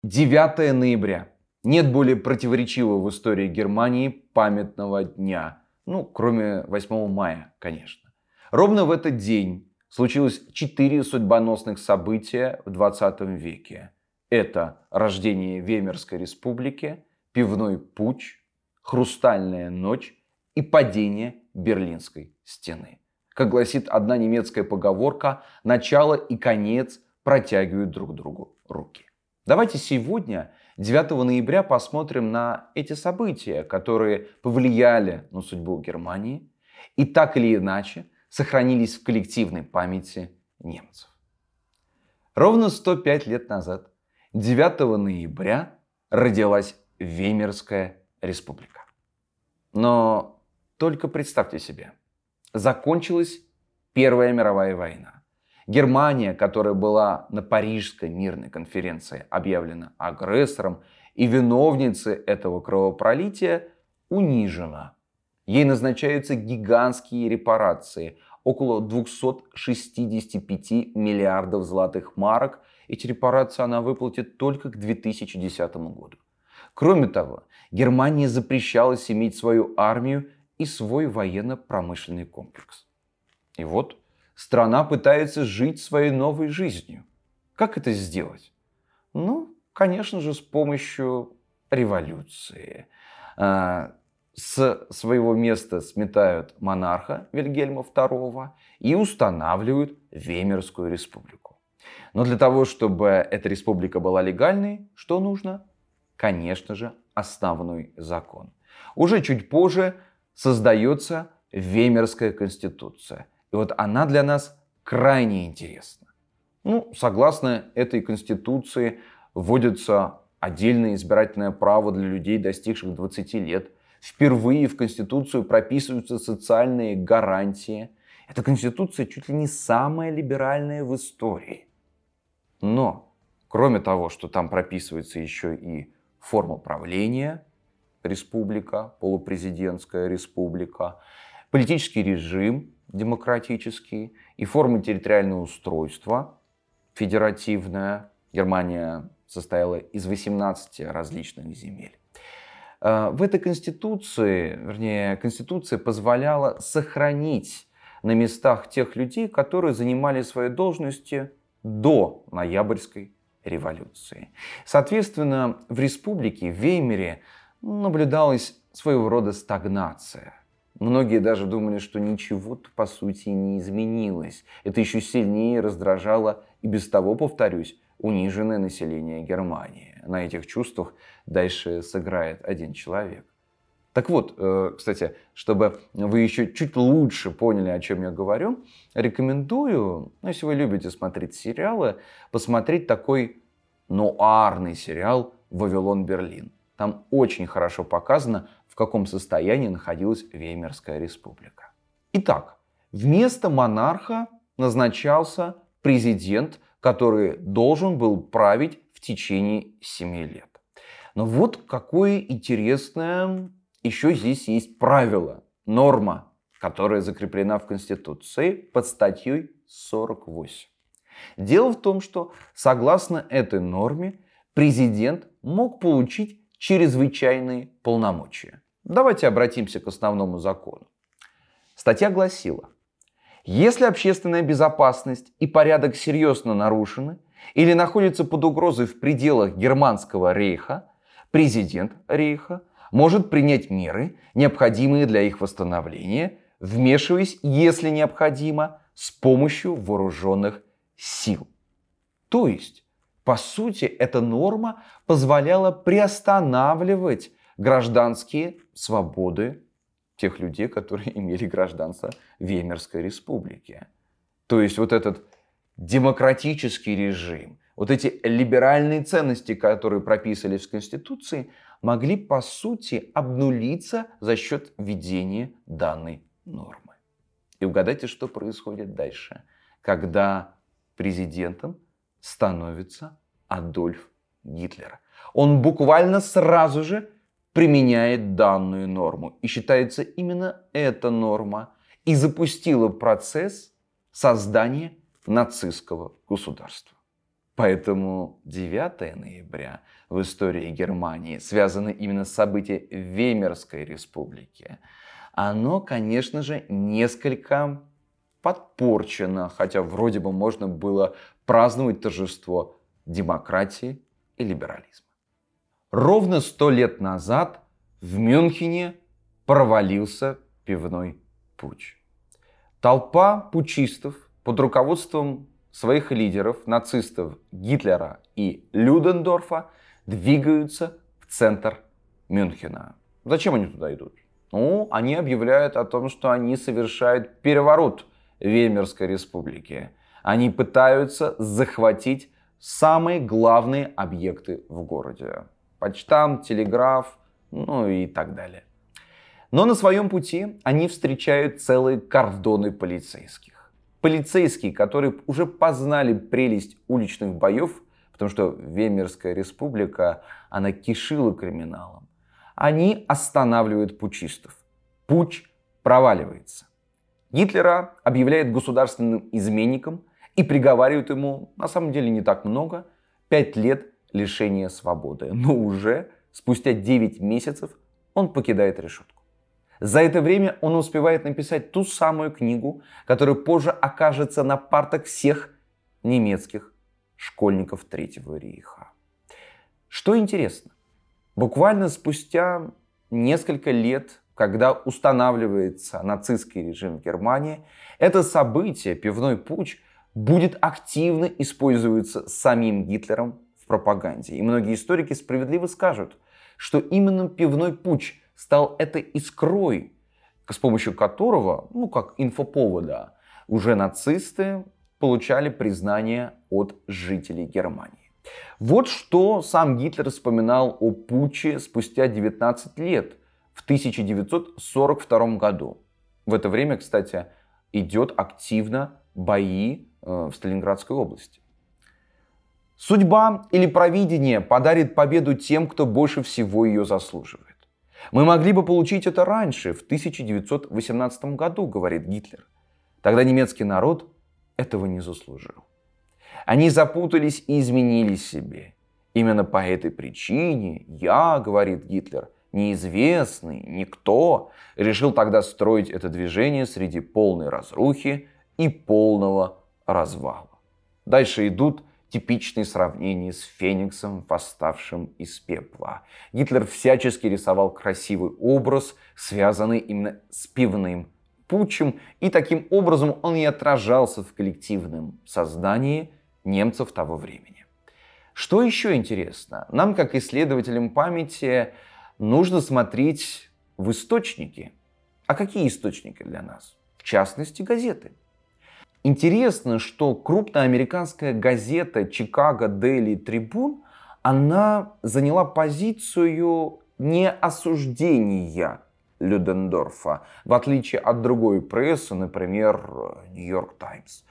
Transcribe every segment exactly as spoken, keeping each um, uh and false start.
девятое ноября. Нет более противоречивого в истории Германии памятного дня. Ну, кроме восьмого мая, конечно. Ровно в этот день случилось четыре судьбоносных события в двадцатом веке. Это рождение Веймарской республики, пивной путч, хрустальная ночь и падение Берлинской стены. Как гласит одна немецкая поговорка, начало и конец протягивают друг другу руки. Давайте сегодня, девятого ноября, посмотрим на эти события, которые повлияли на судьбу Германии и так или иначе сохранились в коллективной памяти немцев. Ровно сто пять лет назад, девятого ноября, родилась Веймарская республика. Но только представьте себе, закончилась Первая мировая война. Германия, которая была на Парижской мирной конференции объявлена агрессором и виновницей этого кровопролития, унижена. Ей назначаются гигантские репарации, около двухсот шестидесяти пяти миллиардов золотых марок. Эти репарации она выплатит только к две тысячи десятому году. Кроме того, Германии запрещалось иметь свою армию и свой военно-промышленный комплекс. И вот страна пытается жить своей новой жизнью. Как это сделать? Ну, конечно же, с помощью революции. С своего места сметают монарха Вильгельма второго и устанавливают Веймарскую республику. Но для того, чтобы эта республика была легальной, что нужно? Конечно же, основной закон. Уже чуть позже создается Веймарская конституция. И вот она для нас крайне интересна. Ну, согласно этой конституции вводится отдельное избирательное право для людей, достигших двадцати лет. Впервые в конституцию прописываются социальные гарантии. Эта конституция чуть ли не самая либеральная в истории. Но, кроме того, что там прописывается еще и форма правления, республика, полупрезидентская республика, политический режим, демократический, и форма территориального устройства, федеративная. Германия состояла из восемнадцати различных земель. В этой конституции, вернее, конституция позволяла сохранить на местах тех людей, которые занимали свои должности до Ноябрьской революции. Соответственно, в республике, в Веймаре, наблюдалась своего рода стагнация. Многие даже думали, что ничего-то по сути не изменилось. Это еще сильнее раздражало и без того, повторюсь, униженное население Германии. На этих чувствах дальше сыграет один человек. Так вот, кстати, чтобы вы еще чуть лучше поняли, о чем я говорю, рекомендую, ну, если вы любите смотреть сериалы, посмотреть такой нуарный сериал «Вавилон Берлин». Там очень хорошо показано, в каком состоянии находилась Веймарская республика. Итак, вместо монарха назначался президент, который должен был править в течение семи лет. Но вот какое интересное еще здесь есть правило, норма, которая закреплена в Конституции под статьей сорок восемь. Дело в том, что согласно этой норме президент мог получить чрезвычайные полномочия. Давайте обратимся к основному закону. Статья гласила: если общественная безопасность и порядок серьезно нарушены или находятся под угрозой в пределах Германского рейха, президент рейха может принять меры, необходимые для их восстановления, вмешиваясь, если необходимо, с помощью вооруженных сил. То есть, по сути, эта норма позволяла приостанавливать гражданские свободы тех людей, которые имели гражданство Веймарской республики. То есть вот этот демократический режим, вот эти либеральные ценности, которые прописывались в Конституции, могли по сути обнулиться за счет введения данной нормы. И угадайте, что происходит дальше, когда президентом становится Адольф Гитлер. Он буквально сразу же применяет данную норму. И считается, именно эта норма и запустила процесс создания нацистского государства. Поэтому девятое ноября в истории Германии связано именно с событием Веймарской республики. Оно, конечно же, несколько подпорчено, хотя вроде бы можно было праздновать торжество демократии и либерализма. Ровно сто лет назад в Мюнхене провалился пивной путч. Толпа путчистов под руководством своих лидеров, нацистов Гитлера и Людендорфа, двигаются в центр Мюнхена. Зачем они туда идут? Ну, они объявляют о том, что они совершают переворот в Веймарской республике. Они пытаются захватить самые главные объекты в городе. Почтамт, телеграф, ну и так далее. Но на своем пути они встречают целые кордоны полицейских. Полицейские, которые уже познали прелесть уличных боев, потому что Веймарская республика, она кишила криминалом. Они останавливают путчистов. Путч проваливается. Гитлера объявляет государственным изменником и приговаривает ему, на самом деле не так много, пять лет лишения свободы. Но уже спустя девять месяцев он покидает решетку. За это время он успевает написать ту самую книгу, которая позже окажется на партах всех немецких школьников Третьего рейха. Что интересно, буквально спустя несколько лет, когда устанавливается нацистский режим в Германии, это событие, пивной путч, будет активно использоваться самим Гитлером в пропаганде. И многие историки справедливо скажут, что именно пивной путч стал этой искрой, с помощью которого, ну как инфоповода, уже нацисты получали признание от жителей Германии. Вот что сам Гитлер вспоминал о путче спустя девятнадцать лет, в тысяча девятьсот сорок втором году. В это время, кстати, идет активно бои в Сталинградской области. Судьба или провидение подарит победу тем, кто больше всего ее заслуживает. Мы могли бы получить это раньше, в тысяча девятьсот восемнадцатом году, говорит Гитлер. Тогда немецкий народ этого не заслужил. Они запутались и изменили себе. Именно по этой причине я, говорит Гитлер, неизвестный, никто, решил тогда строить это движение среди полной разрухи и полного развала. Дальше идут типичные сравнения с Фениксом, восставшим из пепла. Гитлер всячески рисовал красивый образ, связанный именно с пивным путчем, и таким образом он и отражался в коллективном сознании немцев того времени. Что еще интересно? Нам, как исследователям памяти, нужно смотреть в источники. А какие источники для нас? В частности, газеты. Интересно, что крупная американская газета Chicago Daily Tribune, она заняла позицию не осуждения Людендорфа, в отличие от другой прессы, например, New York Times.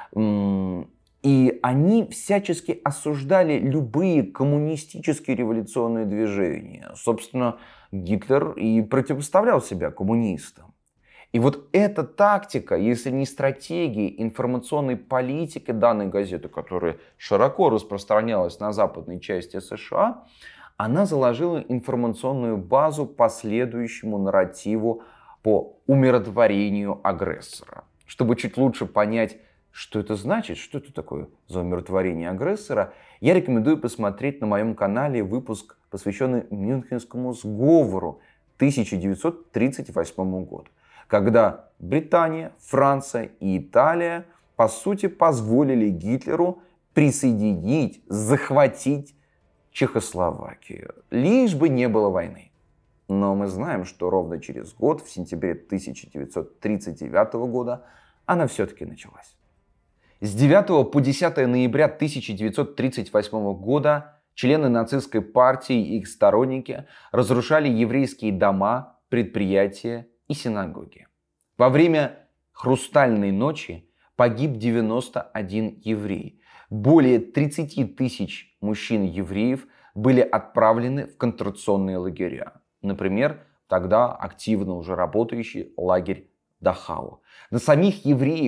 И они всячески осуждали любые коммунистические революционные движения. Собственно, Гитлер и противопоставлял себя коммунистам. И вот эта тактика, если не стратегия информационной политики данной газеты, которая широко распространялась на западной части США, она заложила информационную базу последующему нарративу по умиротворению агрессора. Чтобы чуть лучше понять, что это значит, что это такое за умиротворение агрессора, я рекомендую посмотреть на моем канале выпуск, посвященный Мюнхенскому сговору тысяча девятьсот тридцать восьмому году. Когда Британия, Франция и Италия, по сути, позволили Гитлеру присоединить, захватить Чехословакию, лишь бы не было войны. Но мы знаем, что ровно через год, в сентябре тысяча девятьсот тридцать девятого года, она все-таки началась. С девятого по десятое ноября тысяча девятьсот тридцать восьмого года члены нацистской партии и их сторонники разрушали еврейские дома, предприятия и синагоги. Во время «Хрустальной ночи» погиб девяносто один еврей. Более тридцать тысяч мужчин-евреев были отправлены в концентрационные лагеря. Например, тогда активно уже работающий лагерь Дахау. На самих евреев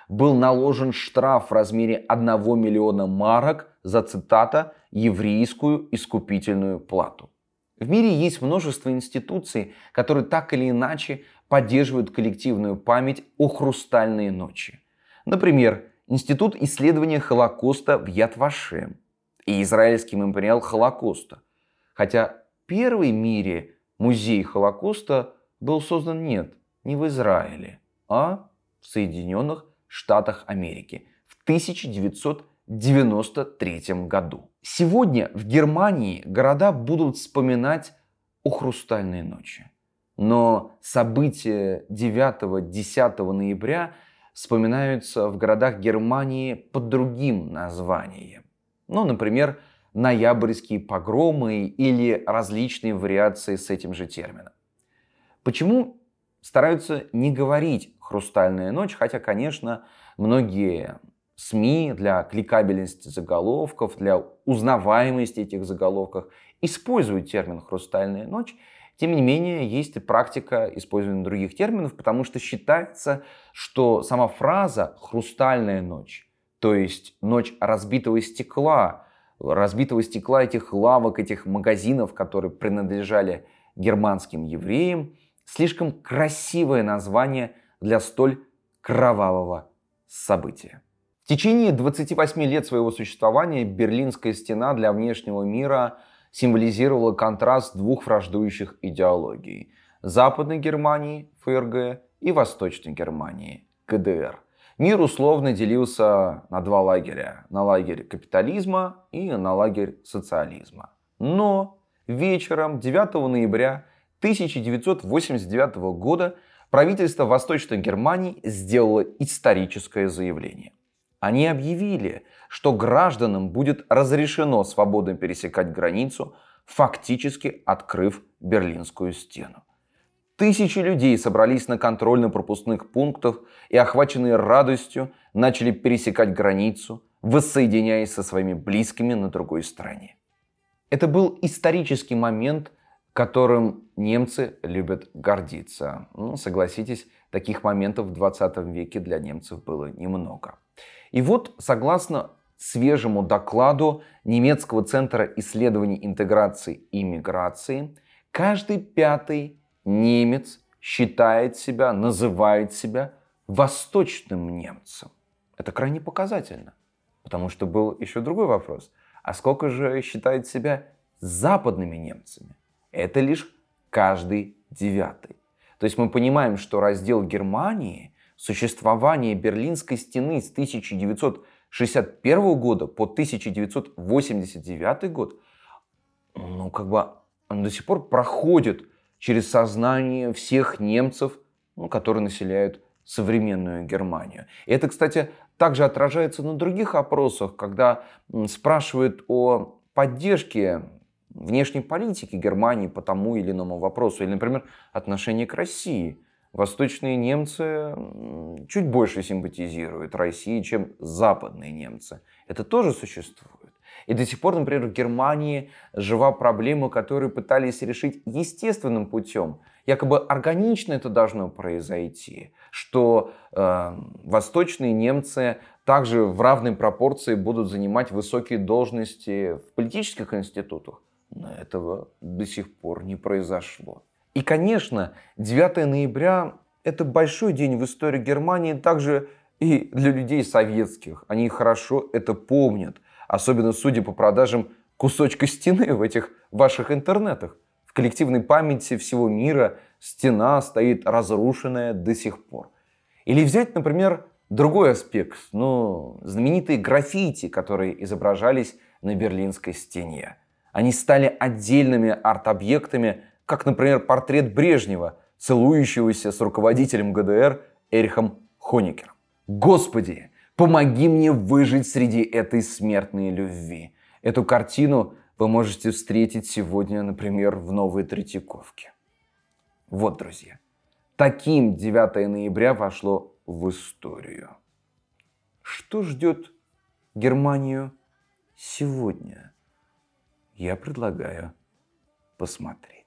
был наложен штраф в размере одного миллиона марок за, цитата, «еврейскую искупительную плату». В мире есть множество институций, которые так или иначе поддерживают коллективную память о Хрустальной ночи. Например, Институт исследования Холокоста в Яд-Вашем и Израильский мемориал Холокоста. Хотя первый в мире музей Холокоста был создан нет, не в Израиле, а в Соединенных Штатах Америки в тысяча девятьсот девяносто третьем году. Сегодня в Германии города будут вспоминать о Хрустальной ночи. Но события девятого-десятого ноября вспоминаются в городах Германии под другим названием. Ну, например, ноябрьские погромы или различные вариации с этим же термином. Почему стараются не говорить «Хрустальная ночь», хотя, конечно, многие СМИ для кликабельности заголовков, для узнаваемости этих заголовков используют термин «Хрустальная ночь». Тем не менее, есть и практика использования других терминов, потому что считается, что сама фраза «хрустальная ночь», то есть ночь разбитого стекла, разбитого стекла этих лавок, этих магазинов, которые принадлежали германским евреям, слишком красивое название для столь кровавого события. В течение двадцати восьми лет своего существования Берлинская стена для внешнего мира символизировала контраст двух враждующих идеологий – Западной Германии, ФРГ, и Восточной Германии, ГДР. Мир условно делился на два лагеря – на лагерь капитализма и на лагерь социализма. Но вечером девятого ноября тысяча девятьсот восемьдесят девятого года правительство Восточной Германии сделало историческое заявление. Они объявили, что гражданам будет разрешено свободно пересекать границу, фактически открыв Берлинскую стену. Тысячи людей собрались на контрольно-пропускных пунктах и, охваченные радостью, начали пересекать границу, воссоединяясь со своими близкими на другой стороне. Это был исторический момент, которым немцы любят гордиться. Ну, согласитесь, таких моментов в двадцатом веке для немцев было немного. И вот, согласно свежему докладу немецкого центра исследований интеграции и миграции, каждый пятый немец считает себя, называет себя восточным немцем. Это крайне показательно, потому что был еще другой вопрос. А сколько же считает себя западными немцами? Это лишь каждый девятый. То есть мы понимаем, что раздел Германии, существование Берлинской стены с тысяча девятьсот шестьдесят первого года по тысяча девятьсот восемьдесят девятый год, ну, как бы он до сих пор проходит через сознание всех немцев, ну, которые населяют современную Германию. И это, кстати, также отражается на других опросах, когда спрашивают о поддержке внешней политики Германии по тому или иному вопросу, или, например, отношение к России. Восточные немцы чуть больше симпатизируют России, чем западные немцы. Это тоже существует. И до сих пор, например, в Германии жива проблема, которую пытались решить естественным путем. Якобы органично это должно произойти, что э, восточные немцы также в равной пропорции будут занимать высокие должности в политических институтах. Но этого до сих пор не произошло. И, конечно, девятого ноября – это большой день в истории Германии, также и для людей советских. Они хорошо это помнят, особенно судя по продажам кусочка стены в этих ваших интернетах. В коллективной памяти всего мира стена стоит разрушенная до сих пор. Или взять, например, другой аспект, ну, знаменитые граффити, которые изображались на Берлинской стене. Они стали отдельными арт-объектами, как, например, портрет Брежнева, целующегося с руководителем ГДР Эрихом Хонекером. Господи, помоги мне выжить среди этой смертной любви. Эту картину вы можете встретить сегодня, например, в Новой Третьяковке. Вот, друзья, таким девятого ноября вошло в историю. Что ждет Германию сегодня? Я предлагаю посмотреть.